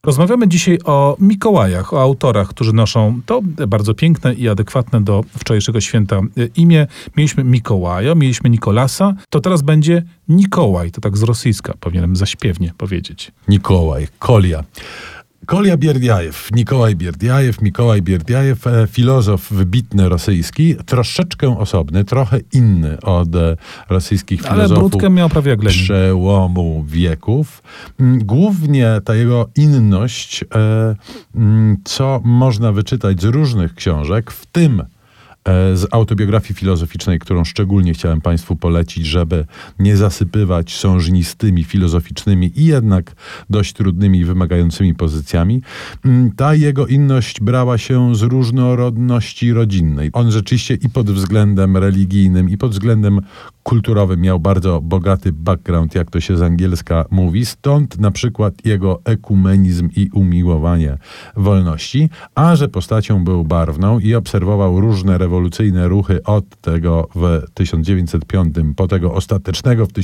Rozmawiamy dzisiaj o Mikołajach, o autorach, którzy noszą to bardzo piękne i adekwatne do wczorajszego święta imię. Mieliśmy Mikołaja, mieliśmy Nikolasa, to teraz będzie Nikołaj, to tak z rosyjska powinienem zaśpiewnie powiedzieć. Nikołaj, Kolia. Kolia Bierdiajew, Mikołaj Bierdiajew, filozof wybitny rosyjski, troszeczkę osobny, trochę inny od rosyjskich filozofów. Ale brudkę miał prawie jak Lenin. Przełomu wieków. Głównie ta jego inność, co można wyczytać z różnych książek, w tym z autobiografii filozoficznej, którą szczególnie chciałem Państwu polecić, żeby nie zasypywać sążnistymi, filozoficznymi i jednak dość trudnymi i wymagającymi pozycjami. Ta jego inność brała się z różnorodności rodzinnej. On rzeczywiście i pod względem religijnym, i pod względem kulturowym miał bardzo bogaty background, jak to się z angielska mówi. Stąd na przykład jego ekumenizm i umiłowanie wolności, a że postacią był barwną i obserwował różne rewolucyjne ruchy od tego w 1905 po tego ostatecznego w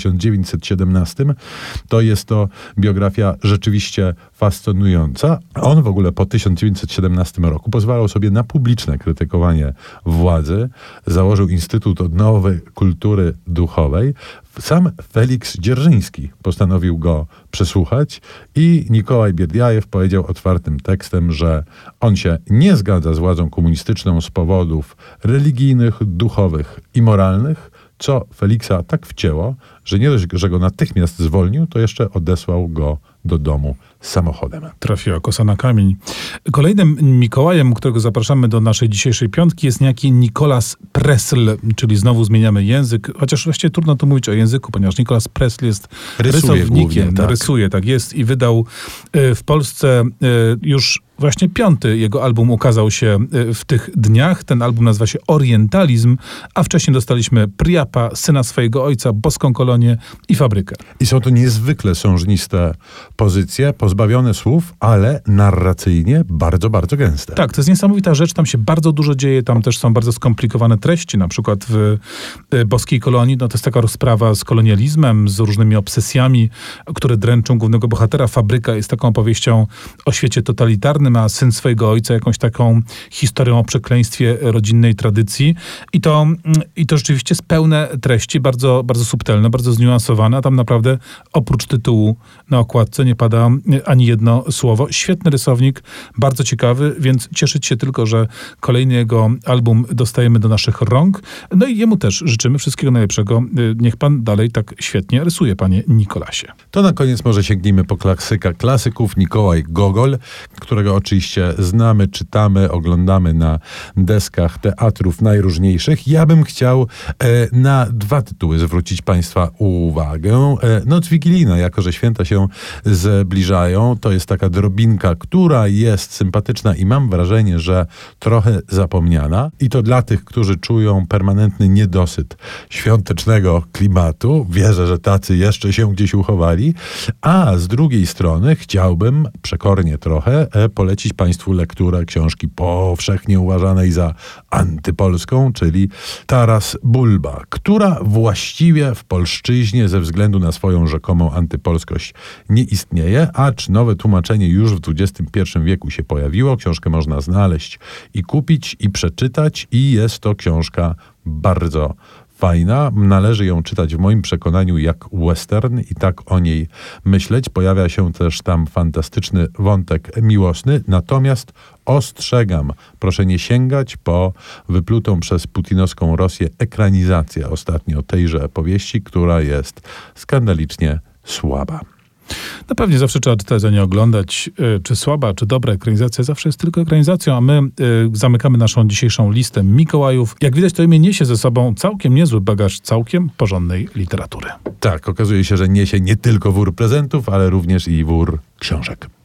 1917, to jest to biografia rzeczywiście fascynująca. On w ogóle po 1917 roku pozwalał sobie na publiczne krytykowanie władzy, założył Instytut Odnowy Kultury Duchowej. Sam Feliks Dzierżyński postanowił go przesłuchać i Nikołaj Bierdiajew powiedział otwartym tekstem, że on się nie zgadza z władzą komunistyczną z powodów religijnych, duchowych i moralnych, co Feliksa tak wcięło, że nie dość, że go natychmiast zwolnił, to jeszcze odesłał go do domu samochodem. Trafiła kosa na kamień. Kolejnym Mikołajem, którego zapraszamy do naszej dzisiejszej piątki, jest niejaki Nicolas Pressl, czyli znowu zmieniamy język, chociaż właściwie trudno tu mówić o języku, ponieważ Nicolas Pressl jest rysownikiem. Głównie, tak. Rysuje, tak jest, i wydał w Polsce już właśnie 5. jego album ukazał się w tych dniach. Ten album nazywa się Orientalizm, a wcześniej dostaliśmy Priapa, Syna swojego ojca, Boską kolonię i Fabrykę. I są to niezwykle sążniste pozycje, pozbawione słów, ale narracyjnie bardzo, bardzo gęste. Tak, to jest niesamowita rzecz, tam się bardzo dużo dzieje, tam też są bardzo skomplikowane treści, na przykład w Boskiej kolonii, no to jest taka rozprawa z kolonializmem, z różnymi obsesjami, które dręczą głównego bohatera. Fabryka jest taką opowieścią o świecie totalitarnym, a Syn swojego ojca jakąś taką historią o przekleństwie rodzinnej tradycji. I to rzeczywiście jest pełne treści, bardzo, bardzo subtelne, bardzo zniuansowane, a tam naprawdę oprócz tytułu na okładce nie pada ani jedno słowo. Świetny rysownik, bardzo ciekawy, więc cieszyć się tylko, że kolejny jego album dostajemy do naszych rąk. No i jemu też życzymy wszystkiego najlepszego. Niech pan dalej tak świetnie rysuje, panie Nikolasie. To na koniec może sięgnijmy po klasyka klasyków, Mikołaj Gogol, którego oczywiście znamy, czytamy, oglądamy na deskach teatrów najróżniejszych. Ja bym chciał na 2 tytuły zwrócić Państwa uwagę. Noc Wigilijna, jako że święta się zbliżają, to jest taka drobinka, która jest sympatyczna i mam wrażenie, że trochę zapomniana. I to dla tych, którzy czują permanentny niedosyt świątecznego klimatu. Wierzę, że tacy jeszcze się gdzieś uchowali. A z drugiej strony chciałbym przekornie trochę polecić Państwu lekturę książki powszechnie uważanej za antypolską, czyli Taras Bulba, która właściwie w polszczyźnie ze względu na swoją rzekomą antypolskość nie istnieje, acz nowe tłumaczenie już w XXI wieku się pojawiło. Książkę można znaleźć i kupić i przeczytać i jest to książka bardzo fajna. Należy ją czytać w moim przekonaniu jak western i tak o niej myśleć. Pojawia się też tam fantastyczny wątek miłosny, natomiast ostrzegam, proszę nie sięgać po wyplutą przez putinowską Rosję ekranizację ostatnio tejże opowieści, która jest skandalicznie słaba. No pewnie zawsze trzeba czytać, a nie oglądać. Czy słaba, czy dobra ekranizacja, zawsze jest tylko ekranizacją, a my zamykamy naszą dzisiejszą listę Mikołajów. Jak widać, to imię niesie ze sobą całkiem niezły bagaż całkiem porządnej literatury. Tak, okazuje się, że niesie nie tylko wór prezentów, ale również i wór książek.